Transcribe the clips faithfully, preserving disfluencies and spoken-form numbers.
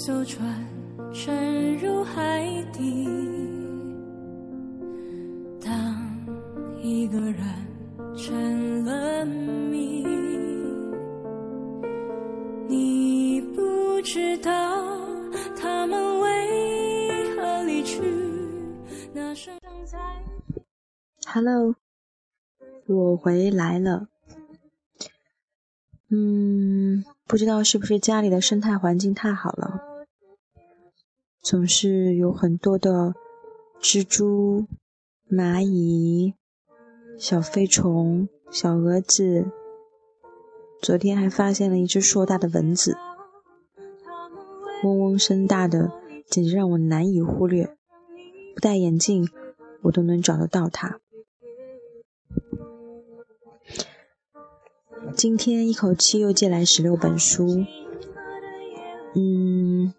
艘船沉入海底，当一个人成了谜，你不知道他们为何离去，那声在 Hello， 我回来了。嗯，不知道是不是家里的生态环境太好了，总是有很多的蜘蛛、蚂蚁、小飞虫、小蛾子。昨天还发现了一只硕大的蚊子，嗡嗡声大的简直让我难以忽略，不戴眼镜我都能找得到它。今天一口气又借来十六本书，嗯，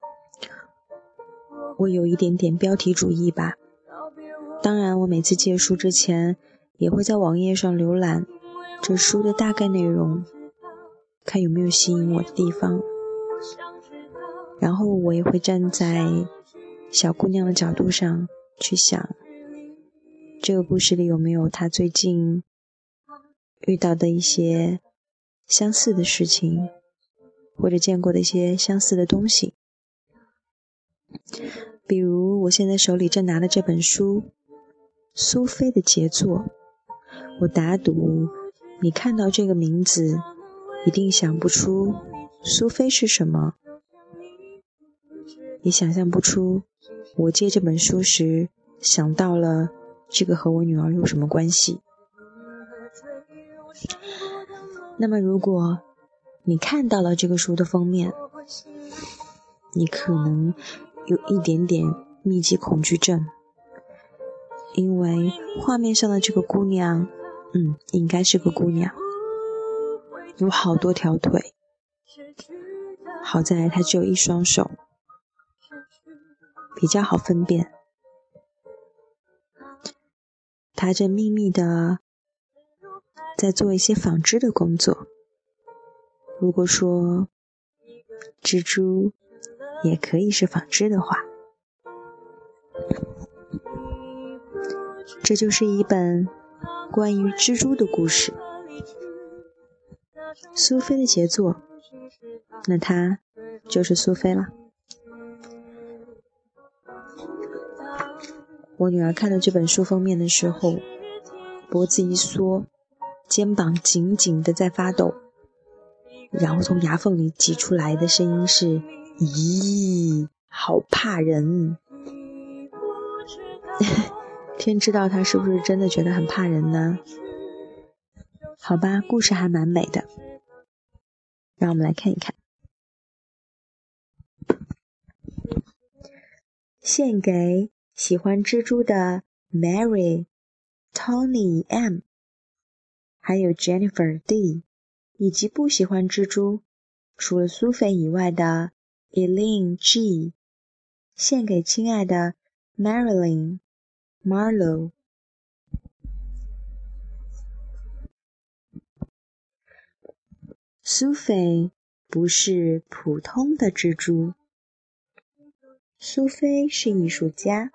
我有一点点标题主义吧。当然，我每次借书之前，也会在网页上浏览这书的大概内容，看有没有吸引我的地方。然后我也会站在小姑娘的角度上去想，这个故事里有没有她最近遇到的一些相似的事情，或者见过的一些相似的东西。比如我现在手里正拿的这本书，苏菲的杰作，我打赌你看到这个名字一定想不出苏菲是什么，也想象不出我借这本书时想到了这个和我女儿有什么关系。那么如果你看到了这个书的封面，你可能有一点点密集恐惧症，因为画面上的这个姑娘，嗯，应该是个姑娘，有好多条腿，好在她只有一双手，比较好分辨。她正秘密地在做一些纺织的工作。如果说蜘蛛也可以是纺织的话，这就是一本关于蜘蛛的故事，苏菲的杰作，那她就是苏菲了。我女儿看到这本书封面的时候，脖子一缩，肩膀紧紧地在发抖，然后从牙缝里挤出来的声音是，咦，好怕人。天知道她是不是真的觉得很怕人呢？好吧，故事还蛮美的，让我们来看一看。献给喜欢蜘蛛的 Mary、Tony M， 还有 Jennifer D， 以及不喜欢蜘蛛除了苏菲以外的 Elaine G， 献给亲爱的 Marilyn、Marlo。 苏菲不是普通的蜘蛛，苏菲是艺术家，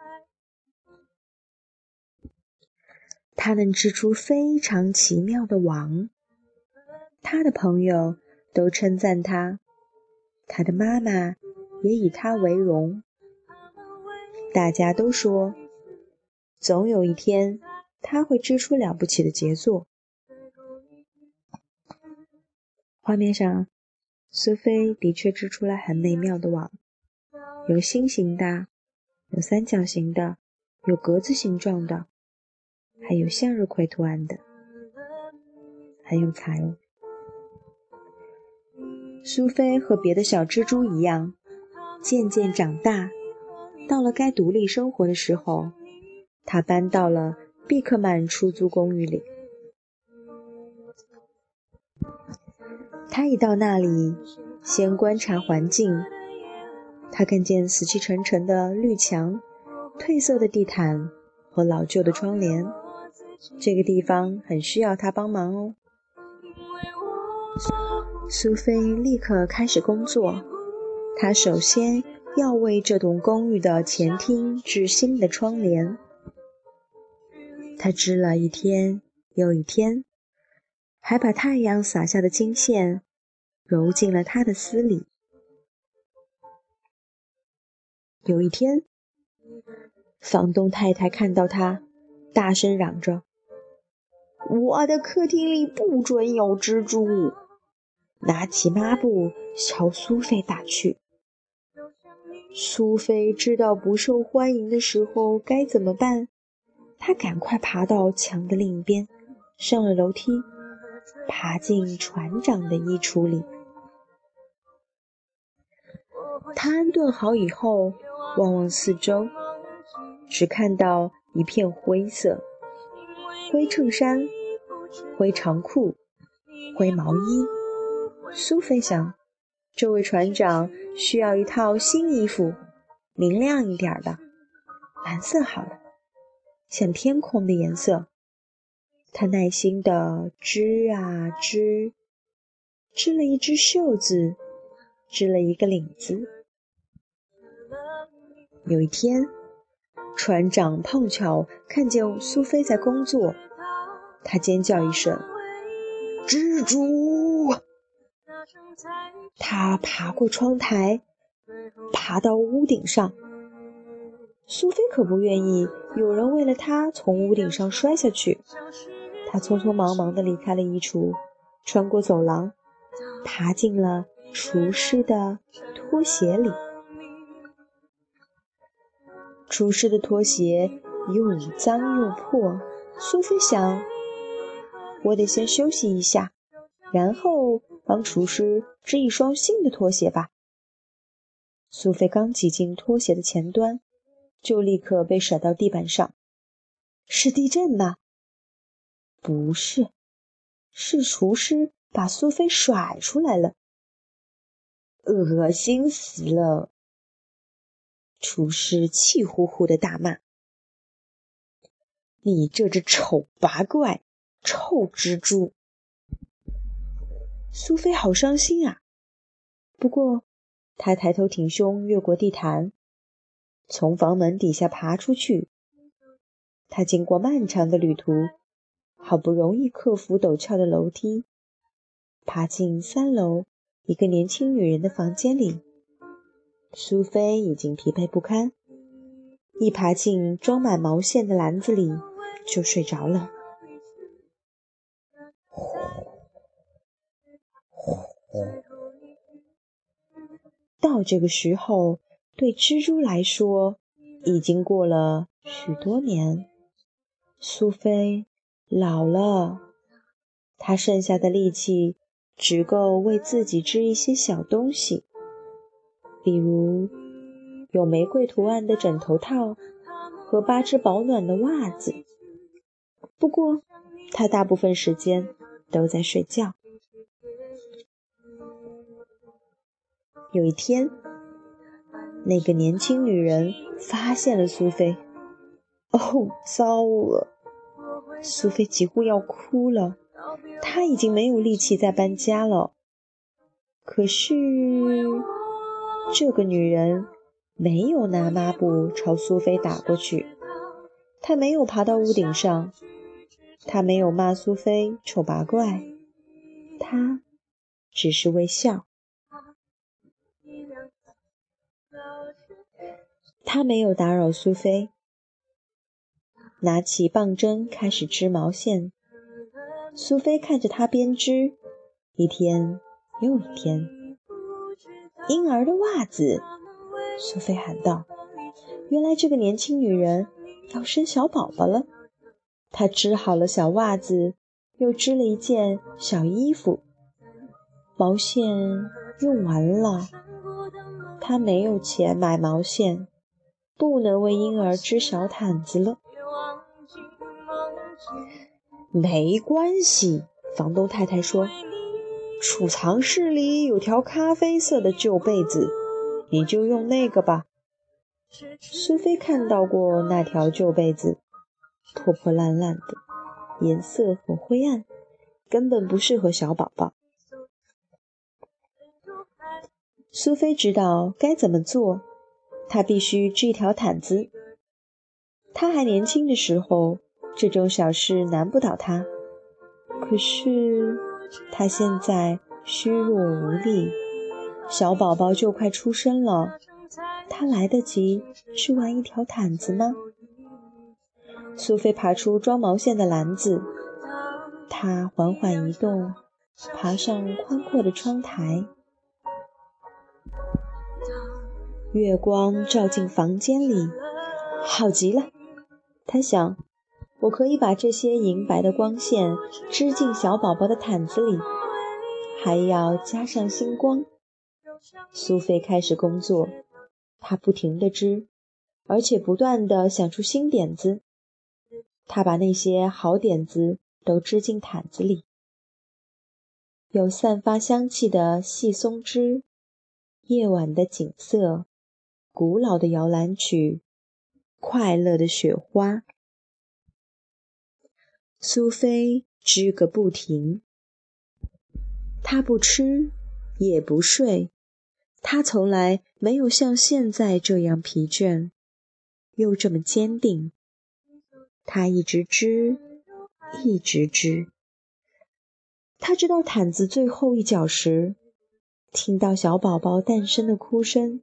她能织出非常奇妙的网，她的朋友都称赞她，她的妈妈也以她为荣。大家都说，总有一天她会织出了不起的杰作。画面上，苏菲的确织出了很美妙的网，有心形的，有三角形的，有格子形状的，还有向日葵图案的，很有才哦。苏菲和别的小蜘蛛一样，渐渐长大，到了该独立生活的时候，她搬到了毕克曼出租公寓里。她一到那里，先观察环境，她看见死气沉沉的绿墙、褪色的地毯和老旧的窗帘，这个地方很需要她帮忙哦。苏菲立刻开始工作， 他首先要为这栋公寓的前厅织新的窗帘。他织了一天又一天，还把太阳洒下的金线揉进了他的丝里。有一天，房东太太看到他，大声嚷着：“我的客厅里不准有蜘蛛！”拿起抹布朝苏菲打去。苏菲知道不受欢迎的时候该怎么办，她赶快爬到墙的另一边，上了楼梯，爬进船长的衣橱里。他安顿好以后，望望四周，只看到一片灰色，灰衬衫，灰长裤，灰毛衣。苏菲想，这位船长需要一套新衣服，明亮一点的，蓝色好了，像天空的颜色。他耐心地织啊织，织了一只袖子，织了一个领子。有一天，船长碰巧看见苏菲在工作，他尖叫一声：“蜘蛛！”他爬过窗台，爬到屋顶上。苏菲可不愿意有人为了她从屋顶上摔下去。她匆匆忙忙地离开了衣橱，穿过走廊，爬进了厨师的拖鞋里。厨师的拖鞋又脏又破，苏菲想，我得先休息一下，然后帮厨师织一双新的拖鞋吧。苏菲刚挤进拖鞋的前端，就立刻被甩到地板上。是地震吗？不是，是厨师把苏菲甩出来了。恶心死了！厨师气呼呼地大骂：“你这只丑八怪，臭蜘蛛！”苏菲好伤心啊。不过她抬头挺胸越过地毯，从房门底下爬出去。她经过漫长的旅途，好不容易克服陡峭的楼梯，爬进三楼一个年轻女人的房间里。苏菲已经疲惫不堪，一爬进装满毛线的篮子里就睡着了。到这个时候，对蜘蛛来说已经过了许多年。苏菲老了，她剩下的力气只够为自己织一些小东西，比如有玫瑰图案的枕头套和八只保暖的袜子。不过她大部分时间都在睡觉。有一天，那个年轻女人发现了苏菲。哦，糟了！苏菲几乎要哭了，她已经没有力气再搬家了。可是这个女人没有拿抹布朝苏菲打过去，她没有爬到屋顶上，她没有骂苏菲丑八怪，她只是微笑。她没有打扰苏菲，拿起棒针开始织毛线。苏菲看着她编织，一天又一天。婴儿的袜子，苏菲喊道。原来这个年轻女人要生小宝宝了。她织好了小袜子，又织了一件小衣服。毛线用完了，她没有钱买毛线，不能为婴儿织小毯子了。没关系，房东太太说，储藏室里有条咖啡色的旧被子，你就用那个吧。苏菲看到过那条旧被子，破破烂烂的，颜色很灰暗，根本不适合小宝宝。 苏菲知道该怎么做，她必须织一条毯子。她还年轻的时候，这种小事难不倒她。可是她现在虚弱无力，小宝宝就快出生了，她来得及织完一条毯子吗？苏菲爬出装毛线的篮子，她缓缓移动，爬上宽阔的窗台。月光照进房间里，好极了，她想，我可以把这些银白的光线织进小宝宝的毯子里，还要加上星光。苏菲开始工作，她不停地织，而且不断地想出新点子。她把那些好点子都织进毯子里，有散发香气的细松枝，夜晚的景色，古老的摇篮曲，快乐的雪花。苏菲织个不停，她不吃也不睡，她从来没有像现在这样疲倦，又这么坚定。她一直织，一直织。她织到毯子最后一角时，听到小宝宝诞生的哭声，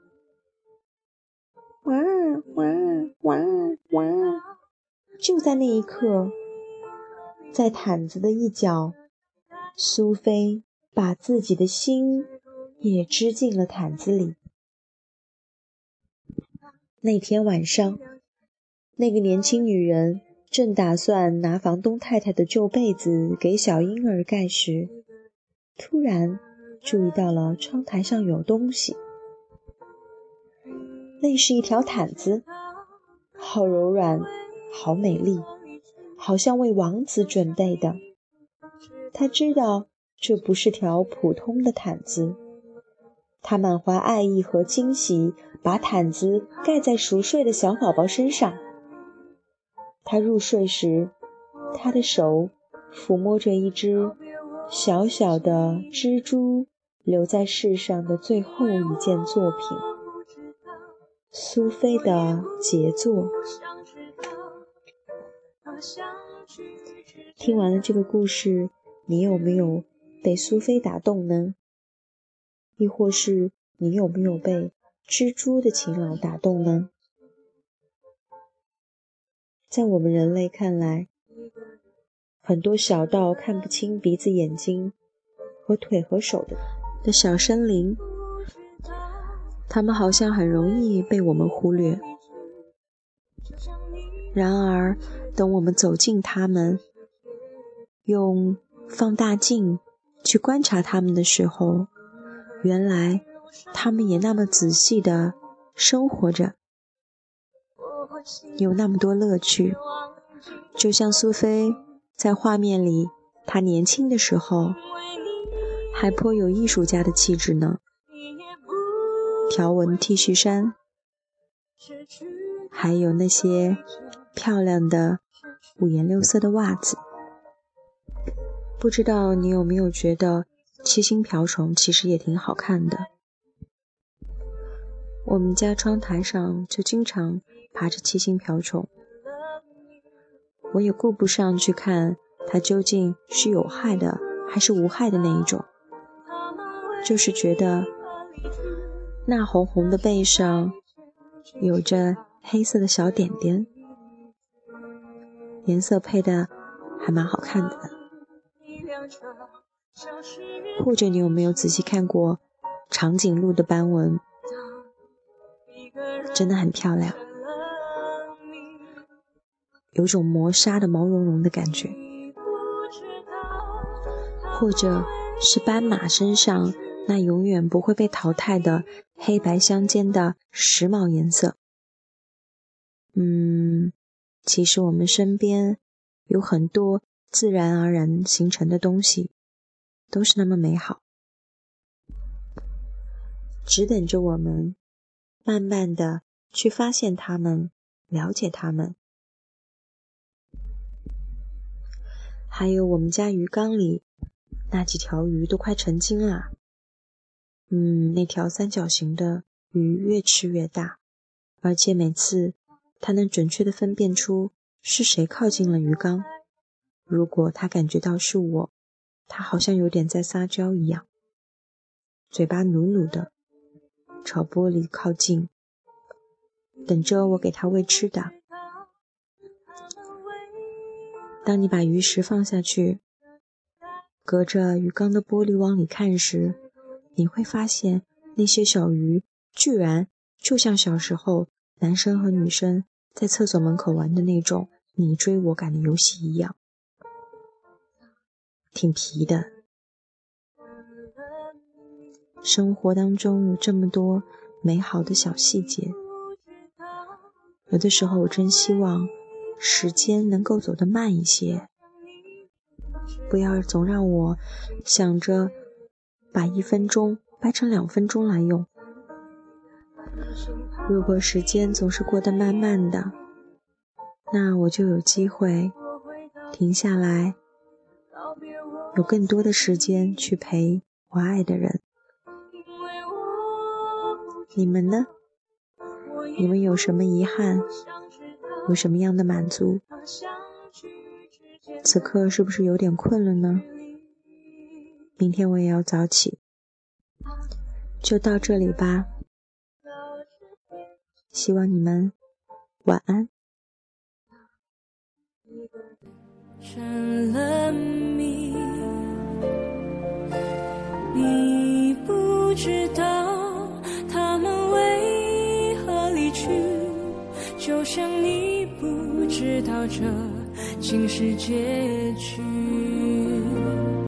哇哇哇哇！就在那一刻，在毯子的一角，苏菲把自己的心也织进了毯子里。那天晚上，那个年轻女人正打算拿房东太太的旧被子给小婴儿盖时，突然注意到了窗台上有东西。那是一条毯子，好柔软，好美丽，好像为王子准备的。她知道这不是条普通的毯子，她满怀爱意和惊喜，把毯子盖在熟睡的小宝宝身上。她入睡时，她的手抚摸着一只小小的蜘蛛留在世上的最后一件作品，苏菲的杰作。听完了这个故事，你有没有被苏菲打动呢？亦或是你有没有被蜘蛛的勤劳打动呢？在我们人类看来，很多小到看不清鼻子眼睛和腿和手的的小生灵，它们好像很容易被我们忽略。然而等我们走近它们，用放大镜去观察它们的时候，原来它们也那么仔细地生活着，有那么多乐趣。就像苏菲在画面里，她年轻的时候还颇有艺术家的气质呢。条纹 T 恤衫，还有那些漂亮的五颜六色的袜子。不知道你有没有觉得七星瓢虫其实也挺好看的？我们家窗台上就经常爬着七星瓢虫，我也顾不上去看它究竟是有害的还是无害的那一种，就是觉得那红红的背上有着黑色的小点点，颜色配的还蛮好看的呢。或者你有没有仔细看过长颈鹿的斑纹？真的很漂亮，有种磨砂的毛茸茸的感觉。或者是斑马身上那永远不会被淘汰的黑白相间的时髦颜色。嗯，其实我们身边有很多自然而然形成的东西，都是那么美好，只等着我们慢慢的去发现它们，了解它们。还有我们家鱼缸里那几条鱼都快成精了， 嗯，那条三角形的鱼越吃越大，而且每次它能准确地分辨出是谁靠近了鱼缸。如果它感觉到是我，它好像有点在撒娇一样，嘴巴努努的朝玻璃靠近，等着我给它喂吃的。当你把鱼食放下去，隔着鱼缸的玻璃往里看时，你会发现那些小鱼居然就像小时候男生和女生在厕所门口玩的那种你追我赶的游戏一样，挺皮的。生活当中有这么多美好的小细节，有的时候我真希望时间能够走得慢一些，不要总让我想着把一分钟掰成两分钟来用。如果时间总是过得慢慢的，那我就有机会停下来，有更多的时间去陪我爱的人。你们呢？你们有什么遗憾？有什么样的满足？此刻是不是有点困了呢？明天我也要早起。就到这里吧，希望你们晚安。 成了谜，你不知道他们为何离去，就像你不知道这竟是结局。